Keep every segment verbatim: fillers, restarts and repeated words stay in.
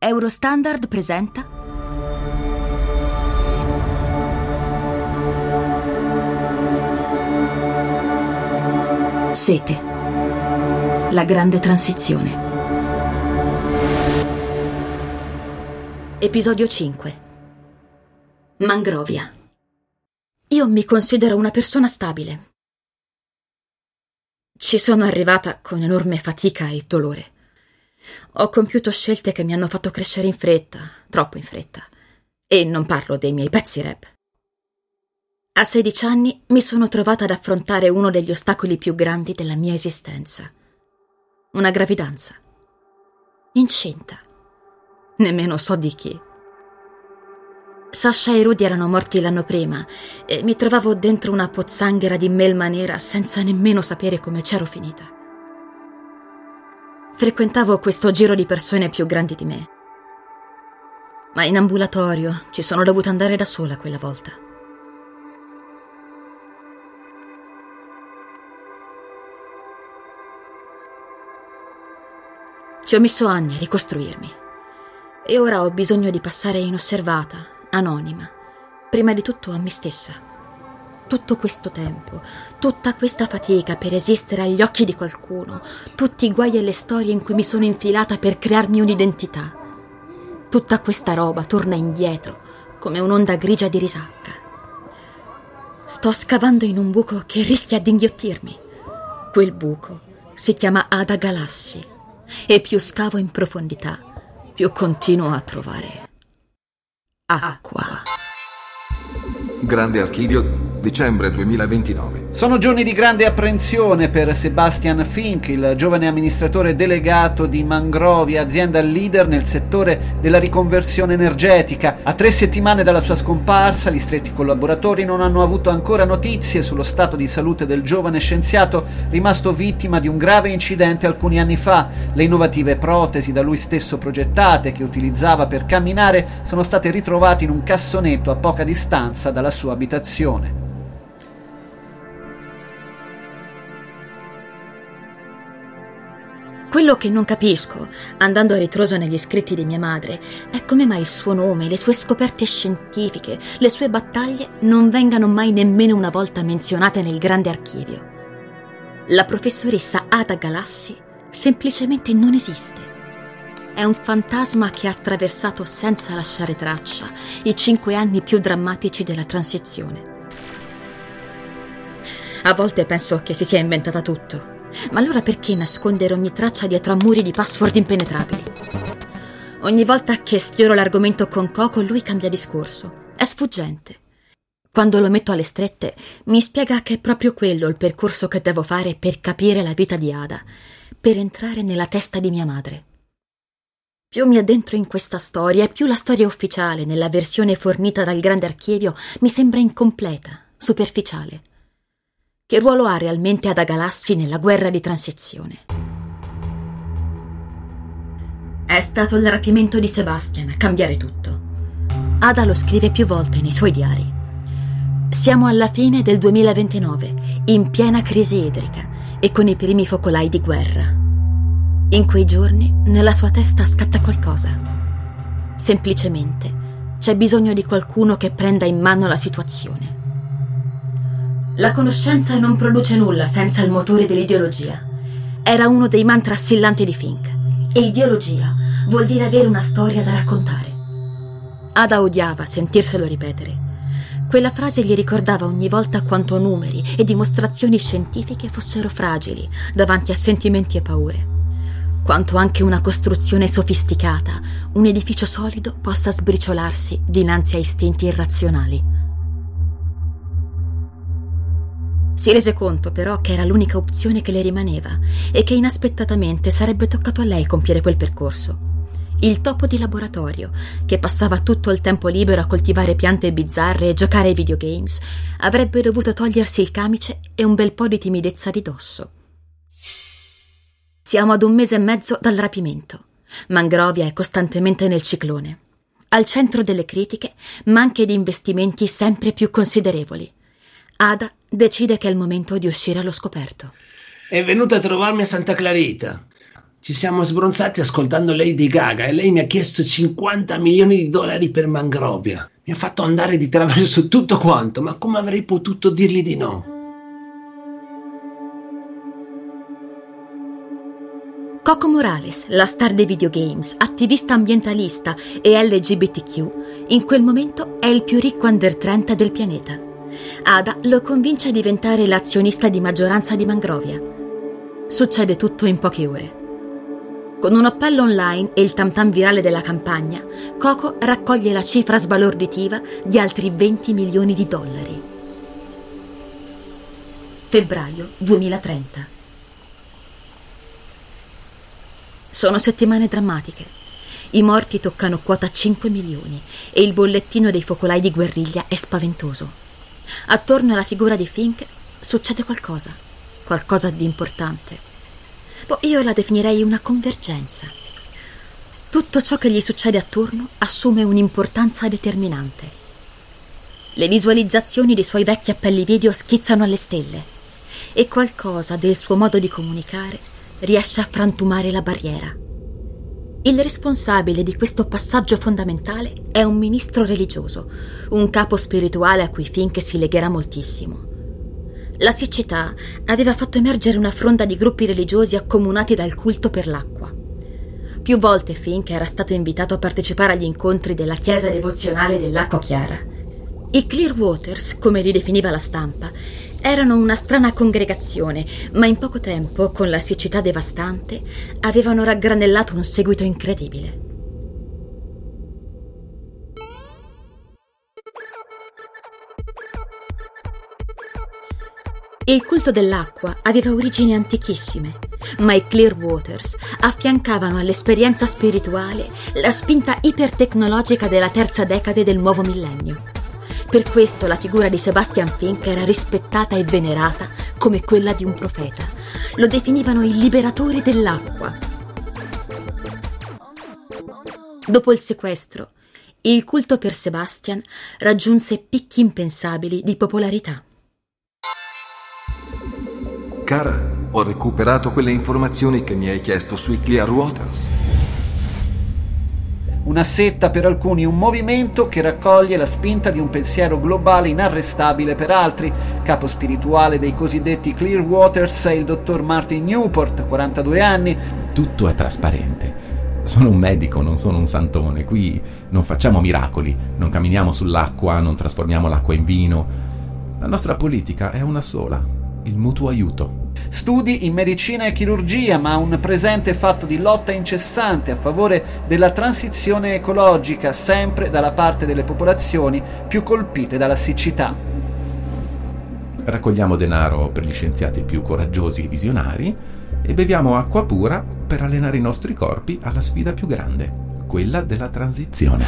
Eurostandard presenta Sete, la grande transizione. Episodio cinque. Mangrovia. Io mi considero una persona stabile. Ci sono arrivata con enorme fatica e dolore. Ho compiuto scelte che mi hanno fatto crescere in fretta, troppo in fretta. E non parlo dei miei pezzi rap. A sedici anni mi sono trovata ad affrontare uno degli ostacoli più grandi della mia esistenza. Una gravidanza. Incinta. Nemmeno so di chi. Sasha e Rudy erano morti l'anno prima e mi trovavo dentro una pozzanghera di melma nera senza nemmeno sapere come c'ero finita. Frequentavo questo giro di persone più grandi di me, ma in ambulatorio ci sono dovuta andare da sola quella volta. Ci ho messo anni a ricostruirmi e ora ho bisogno di passare inosservata, anonima, prima di tutto a me stessa. Tutto questo tempo, tutta questa fatica per esistere agli occhi di qualcuno, tutti i guai e le storie in cui mi sono infilata per crearmi un'identità. Tutta questa roba torna indietro, come un'onda grigia di risacca. Sto scavando in un buco che rischia di inghiottirmi. Quel buco si chiama Ada Galassi e più scavo in profondità, più continuo a trovare acqua. Grande Archivio, dicembre duemilaventinove. Sono giorni di grande apprensione per Sebastian Fink, il giovane amministratore delegato di Mangrovia, azienda leader nel settore della riconversione energetica. A tre settimane dalla sua scomparsa, gli stretti collaboratori non hanno avuto ancora notizie sullo stato di salute del giovane scienziato rimasto vittima di un grave incidente alcuni anni fa. Le innovative protesi da lui stesso progettate, che utilizzava per camminare, sono state ritrovate in un cassonetto a poca distanza dalla sua abitazione. Quello che non capisco, andando a ritroso negli scritti di mia madre, è come mai il suo nome, le sue scoperte scientifiche, le sue battaglie non vengano mai nemmeno una volta menzionate nel grande archivio. La professoressa Ada Galassi semplicemente non esiste. È un fantasma che ha attraversato senza lasciare traccia i cinque anni più drammatici della transizione. A volte penso che si sia inventata tutto. Ma allora perché nascondere ogni traccia dietro a muri di password impenetrabili? Ogni volta che sfioro l'argomento con Coco, lui cambia discorso. È sfuggente. Quando lo metto alle strette, mi spiega che è proprio quello il percorso che devo fare per capire la vita di Ada, per entrare nella testa di mia madre. Più mi addentro in questa storia e più la storia ufficiale, nella versione fornita dal grande archivio, mi sembra incompleta, superficiale. Che ruolo ha realmente Ada Galassi nella guerra di transizione? È stato il rapimento di Sebastian a cambiare tutto. Ada lo scrive più volte nei suoi diari. Siamo alla fine del duemilaventinove, in piena crisi idrica e con i primi focolai di guerra. In quei giorni nella sua testa scatta qualcosa. Semplicemente c'è bisogno di qualcuno che prenda in mano la situazione. La conoscenza non produce nulla senza il motore dell'ideologia. Era uno dei mantra assillanti di Fink. E ideologia vuol dire avere una storia da raccontare. Ada odiava sentirselo ripetere. Quella frase gli ricordava ogni volta quanto numeri e dimostrazioni scientifiche fossero fragili davanti a sentimenti e paure. Quanto anche una costruzione sofisticata, un edificio solido, possa sbriciolarsi dinanzi a istinti irrazionali. Si rese conto però che era l'unica opzione che le rimaneva e che inaspettatamente sarebbe toccato a lei compiere quel percorso. Il topo di laboratorio, che passava tutto il tempo libero a coltivare piante bizzarre e giocare ai videogames, avrebbe dovuto togliersi il camice e un bel po' di timidezza di dosso. Siamo ad un mese e mezzo dal rapimento. Mangrovia è costantemente nel ciclone. Al centro delle critiche, ma anche di investimenti sempre più considerevoli. Ada decide che è il momento di uscire allo scoperto. È venuta a trovarmi a Santa Clarita. Ci siamo sbronzati ascoltando Lady Gaga e lei mi ha chiesto cinquanta milioni di dollari per Mangrovia. Mi ha fatto andare di traverso su tutto quanto, ma come avrei potuto dirgli di no? Coco Morales, la star dei videogames, attivista ambientalista e L G B T Q, in quel momento è il più ricco under trenta del pianeta. Ada lo convince a diventare l'azionista di maggioranza di Mangrovia. Succede tutto in poche ore. Con un appello online e il tam tam virale della campagna, Coco raccoglie la cifra sbalorditiva di altri venti milioni di dollari. Febbraio duemilatrenta. Sono settimane drammatiche. I morti toccano quota cinque milioni e il bollettino dei focolai di guerriglia è spaventoso. Attorno alla figura di Fink succede qualcosa, qualcosa di importante. Boh, io la definirei una convergenza. Tutto ciò che gli succede attorno assume un'importanza determinante. Le visualizzazioni dei suoi vecchi appelli video schizzano alle stelle e qualcosa del suo modo di comunicare riesce a frantumare la barriera. Il responsabile di questo passaggio fondamentale è un ministro religioso, un capo spirituale a cui Fink si legherà moltissimo. La siccità aveva fatto emergere una fronda di gruppi religiosi accomunati dal culto per l'acqua. Più volte Fink era stato invitato a partecipare agli incontri della chiesa devozionale dell'Acqua Chiara. I Clearwaters, come li definiva la stampa, erano una strana congregazione, ma in poco tempo, con la siccità devastante, avevano raggranellato un seguito incredibile. Il culto dell'acqua aveva origini antichissime, ma i Clearwaters affiancavano all'esperienza spirituale la spinta ipertecnologica della terza decade del nuovo millennio. Per questo la figura di Sebastian Fink era rispettata e venerata come quella di un profeta. Lo definivano il liberatore dell'acqua. Dopo il sequestro, il culto per Sebastian raggiunse picchi impensabili di popolarità. Cara, ho recuperato quelle informazioni che mi hai chiesto sui Clearwaters. Una setta per alcuni, un movimento che raccoglie la spinta di un pensiero globale inarrestabile per altri. Capo spirituale dei cosiddetti Clearwaters è il dottor Martin Newport, quarantadue anni. Tutto è trasparente. Sono un medico, non sono un santone. Qui non facciamo miracoli, non camminiamo sull'acqua, non trasformiamo l'acqua in vino. La nostra politica è una sola: il mutuo aiuto. Studi in medicina e chirurgia, ma un presente fatto di lotta incessante a favore della transizione ecologica, sempre dalla parte delle popolazioni più colpite dalla siccità. Raccogliamo denaro per gli scienziati più coraggiosi e visionari e beviamo acqua pura per allenare i nostri corpi alla sfida più grande, quella della transizione.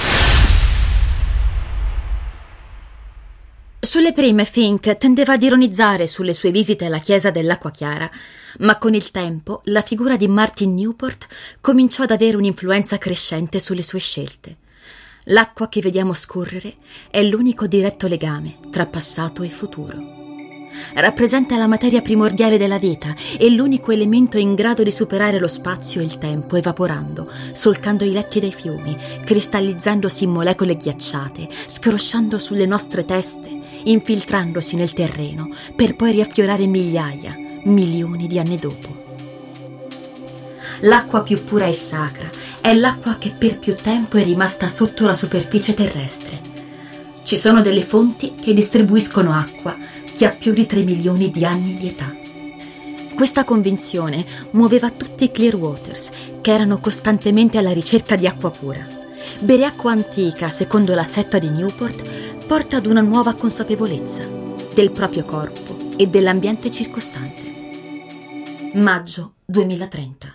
Sulle prime Fink tendeva ad ironizzare sulle sue visite alla chiesa dell'Acqua Chiara, ma con il tempo la figura di Martin Newport cominciò ad avere un'influenza crescente sulle sue scelte. L'acqua che vediamo scorrere è l'unico diretto legame tra passato e futuro. Rappresenta la materia primordiale della vita e l'unico elemento in grado di superare lo spazio e il tempo, evaporando, solcando i letti dei fiumi, cristallizzandosi in molecole ghiacciate, scrosciando sulle nostre teste, infiltrandosi nel terreno per poi riaffiorare migliaia, milioni di anni dopo. L'acqua più pura e sacra è l'acqua che per più tempo è rimasta sotto la superficie terrestre. Ci sono delle fonti che distribuiscono acqua che ha più di tre milioni di anni di età. Questa convinzione muoveva tutti i Clearwaters, che erano costantemente alla ricerca di acqua pura. Bere acqua antica, secondo la setta di Newport, porta ad una nuova consapevolezza del proprio corpo e dell'ambiente circostante. Maggio duemilatrenta.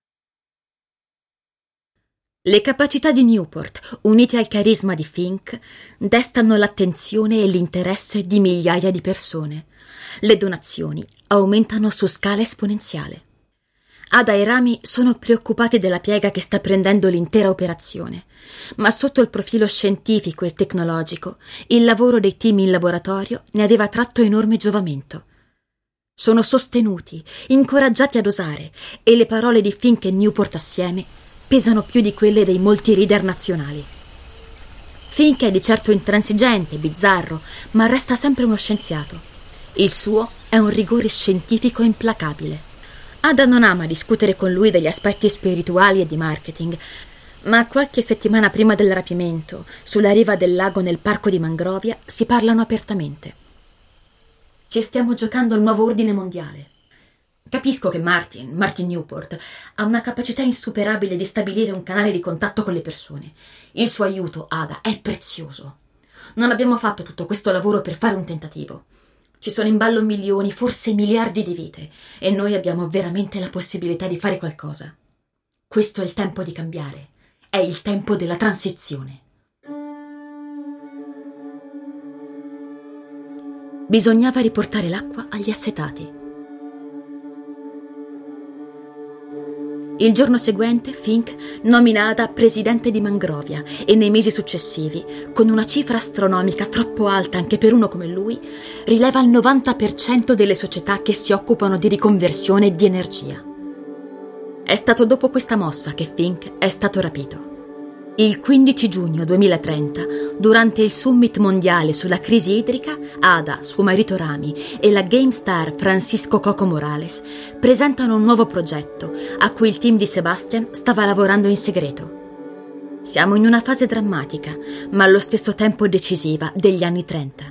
Le capacità di Newport, unite al carisma di Fink, destano l'attenzione e l'interesse di migliaia di persone. Le donazioni aumentano su scala esponenziale. Ada e Rami sono preoccupati della piega che sta prendendo l'intera operazione, ma sotto il profilo scientifico e tecnologico, il lavoro dei team in laboratorio ne aveva tratto enorme giovamento. Sono sostenuti, incoraggiati ad osare, e le parole di Fink e Newport assieme pesano più di quelle dei molti leader nazionali. Fink è di certo intransigente, bizzarro, ma resta sempre uno scienziato. Il suo è un rigore scientifico implacabile. Ada non ama discutere con lui degli aspetti spirituali e di marketing, ma qualche settimana prima del rapimento, sulla riva del lago nel parco di Mangrovia, si parlano apertamente. Ci stiamo giocando il nuovo ordine mondiale. Capisco che Martin, Martin Newport, ha una capacità insuperabile di stabilire un canale di contatto con le persone. Il suo aiuto, Ada, è prezioso. Non abbiamo fatto tutto questo lavoro per fare un tentativo. Ci sono in ballo milioni, forse miliardi di vite, e noi abbiamo veramente la possibilità di fare qualcosa. Questo è il tempo di cambiare. È il tempo della transizione. Bisognava riportare l'acqua agli assetati. Il giorno seguente Fink nomina Ada presidente di Mangrovia e nei mesi successivi, con una cifra astronomica troppo alta anche per uno come lui, rileva il novanta per cento delle società che si occupano di riconversione di energia. È stato dopo questa mossa che Fink è stato rapito. Il quindici giugno duemilatrenta, durante il summit mondiale sulla crisi idrica, Ada, suo marito Rami e la game star Francisco Coco Morales presentano un nuovo progetto a cui il team di Sebastian stava lavorando in segreto. Siamo in una fase drammatica, ma allo stesso tempo decisiva, degli anni trenta.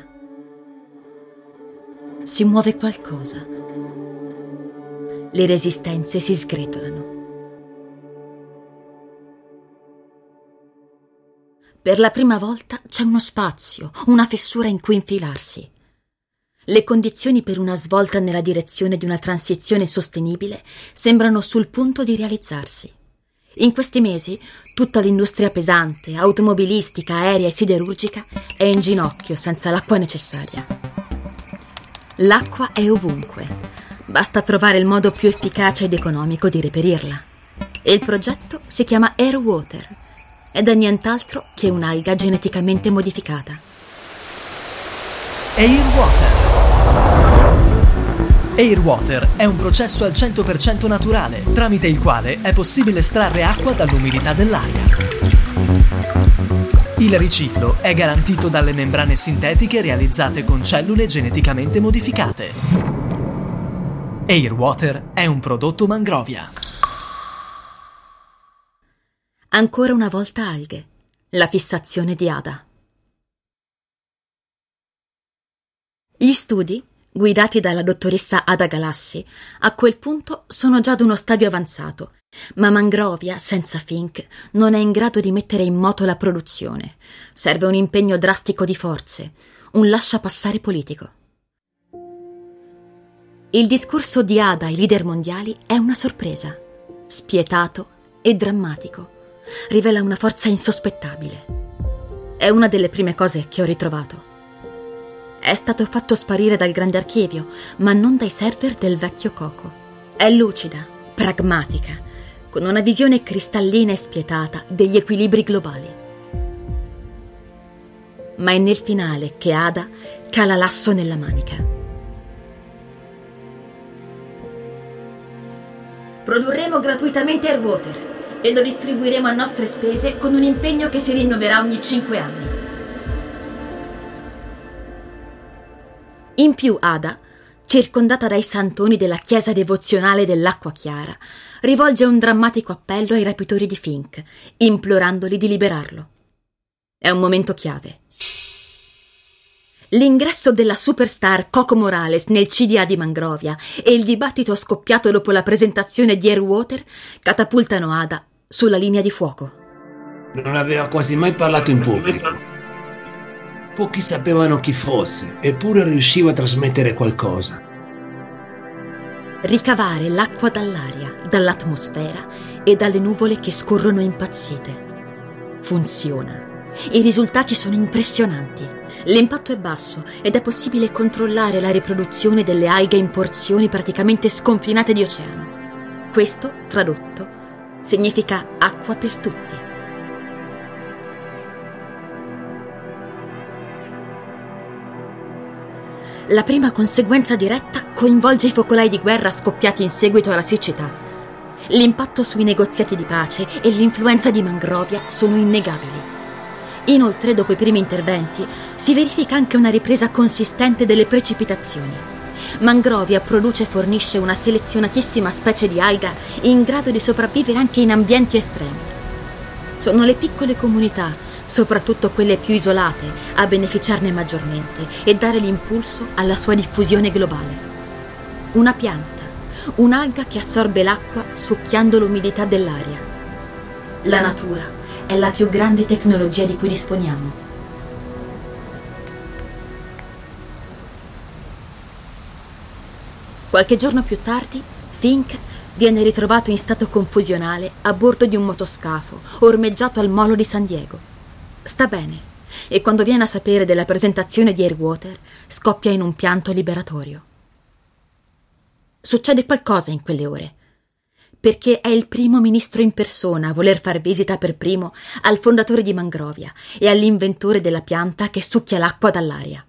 Si muove qualcosa. Le resistenze si sgretolano. Per la prima volta c'è uno spazio, una fessura in cui infilarsi. Le condizioni per una svolta nella direzione di una transizione sostenibile sembrano sul punto di realizzarsi. In questi mesi tutta l'industria pesante, automobilistica, aerea e siderurgica è in ginocchio senza l'acqua necessaria. L'acqua è ovunque, basta trovare il modo più efficace ed economico di reperirla. E il progetto si chiama Air Water ed è nient'altro che un'alga geneticamente modificata. Air Water. Air Water è un processo al cento per cento naturale, tramite il quale è possibile estrarre acqua dall'umidità dell'aria. Il riciclo è garantito dalle membrane sintetiche realizzate con cellule geneticamente modificate. Air Water è un prodotto Mangrovia. Ancora una volta alghe, la fissazione di Ada. Gli studi, guidati dalla dottoressa Ada Galassi, a quel punto sono già ad uno stadio avanzato, ma Mangrovia, senza Fink, non è in grado di mettere in moto la produzione. Serve un impegno drastico di forze, un lasciapassare politico. Il discorso di Ada ai leader mondiali è una sorpresa, spietato e drammatico. Rivela una forza insospettabile. È una delle prime cose che ho ritrovato. È stato fatto sparire dal grande archivio, ma non dai server del vecchio Coco. È lucida, pragmatica, con una visione cristallina e spietata degli equilibri globali. Ma è nel finale che Ada cala l'asso nella manica. Produrremo gratuitamente Air Water e lo distribuiremo a nostre spese con un impegno che si rinnoverà ogni cinque anni. In più Ada, circondata dai santoni della chiesa devozionale dell'Acqua Chiara, rivolge un drammatico appello ai rapitori di Fink, implorandoli di liberarlo. È un momento chiave. L'ingresso della superstar Coco Morales nel C D A di Mangrovia e il dibattito scoppiato dopo la presentazione di Air Water catapultano Ada sulla linea di fuoco. Non aveva quasi mai parlato in pubblico. Pochi sapevano chi fosse, eppure riusciva a trasmettere qualcosa. Ricavare l'acqua dall'aria, dall'atmosfera e dalle nuvole che scorrono impazzite. Funziona. I risultati sono impressionanti. L'impatto è basso ed è possibile controllare la riproduzione delle alghe in porzioni praticamente sconfinate di oceano. Questo, tradotto, significa acqua per tutti. La prima conseguenza diretta coinvolge i focolai di guerra scoppiati in seguito alla siccità. L'impatto sui negoziati di pace e l'influenza di Mangrovia sono innegabili. Inoltre, dopo i primi interventi, si verifica anche una ripresa consistente delle precipitazioni. Mangrovia produce e fornisce una selezionatissima specie di alga in grado di sopravvivere anche in ambienti estremi. Sono le piccole comunità, soprattutto quelle più isolate, a beneficiarne maggiormente e dare l'impulso alla sua diffusione globale. Una pianta, un'alga che assorbe l'acqua succhiando l'umidità dell'aria. La natura è la più grande tecnologia di cui disponiamo. Qualche giorno più tardi, Fink viene ritrovato in stato confusionale a bordo di un motoscafo ormeggiato al molo di San Diego. Sta bene e quando viene a sapere della presentazione di Airwater scoppia in un pianto liberatorio. Succede qualcosa in quelle ore, perché è il primo ministro in persona a voler far visita per primo al fondatore di Mangrovia e all'inventore della pianta che succhia l'acqua dall'aria.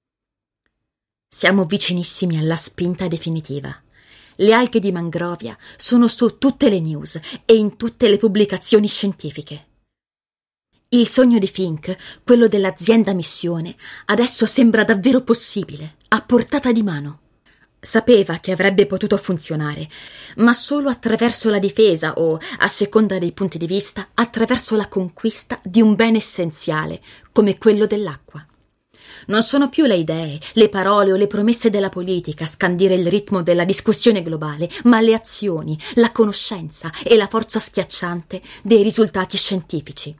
Siamo vicinissimi alla spinta definitiva. Le alghe di Mangrovia sono su tutte le news e in tutte le pubblicazioni scientifiche. Il sogno di Fink, quello dell'azienda missione, adesso sembra davvero possibile, a portata di mano. Sapeva che avrebbe potuto funzionare, ma solo attraverso la difesa o, a seconda dei punti di vista, attraverso la conquista di un bene essenziale, come quello dell'acqua. Non sono più le idee, le parole o le promesse della politica a scandire il ritmo della discussione globale, ma le azioni, la conoscenza e la forza schiacciante dei risultati scientifici.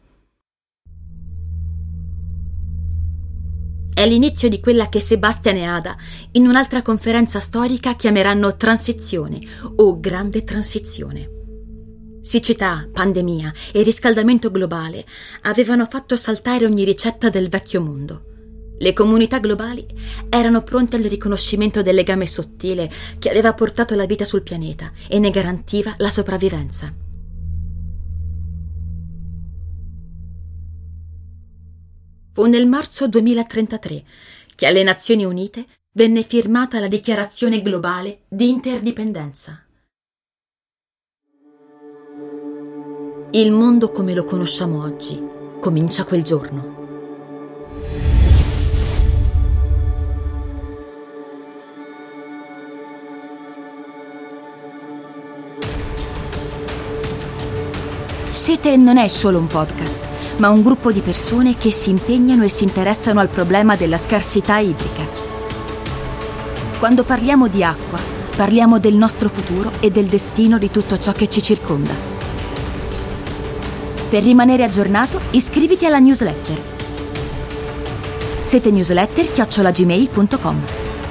È l'inizio di quella che Sebastian e Ada, in un'altra conferenza storica, chiameranno transizione o grande transizione. Siccità, pandemia e riscaldamento globale avevano fatto saltare ogni ricetta del vecchio mondo. Le comunità globali erano pronte al riconoscimento del legame sottile che aveva portato la vita sul pianeta e ne garantiva la sopravvivenza. Fu nel marzo duemilatrentatré che alle Nazioni Unite venne firmata la Dichiarazione Globale di Interdipendenza. Il mondo come lo conosciamo oggi comincia quel giorno. Sete non è solo un podcast, ma un gruppo di persone che si impegnano e si interessano al problema della scarsità idrica. Quando parliamo di acqua, parliamo del nostro futuro e del destino di tutto ciò che ci circonda. Per rimanere aggiornato, iscriviti alla newsletter. Sete newsletter chiocciola gmail punto com.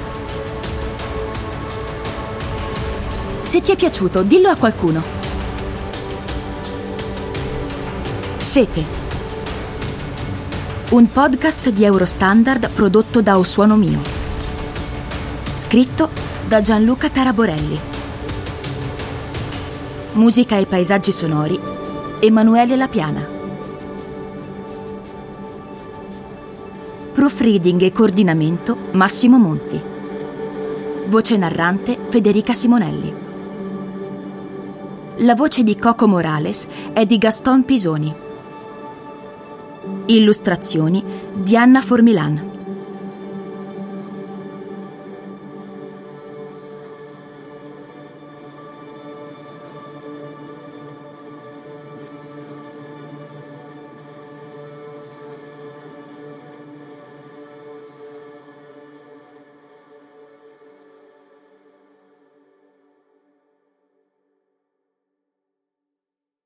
Se ti è piaciuto, dillo a qualcuno. Sete, un podcast di Eurostandard prodotto da O Suono Mio. Scritto da Gianluca Taraborelli. Musica e paesaggi sonori Emanuele Lapiana. Proofreading e coordinamento Massimo Monti. Voce narrante Federica Simonelli. La voce di Coco Morales è di Gaston Pisoni. Illustrazioni di Anna Formilan.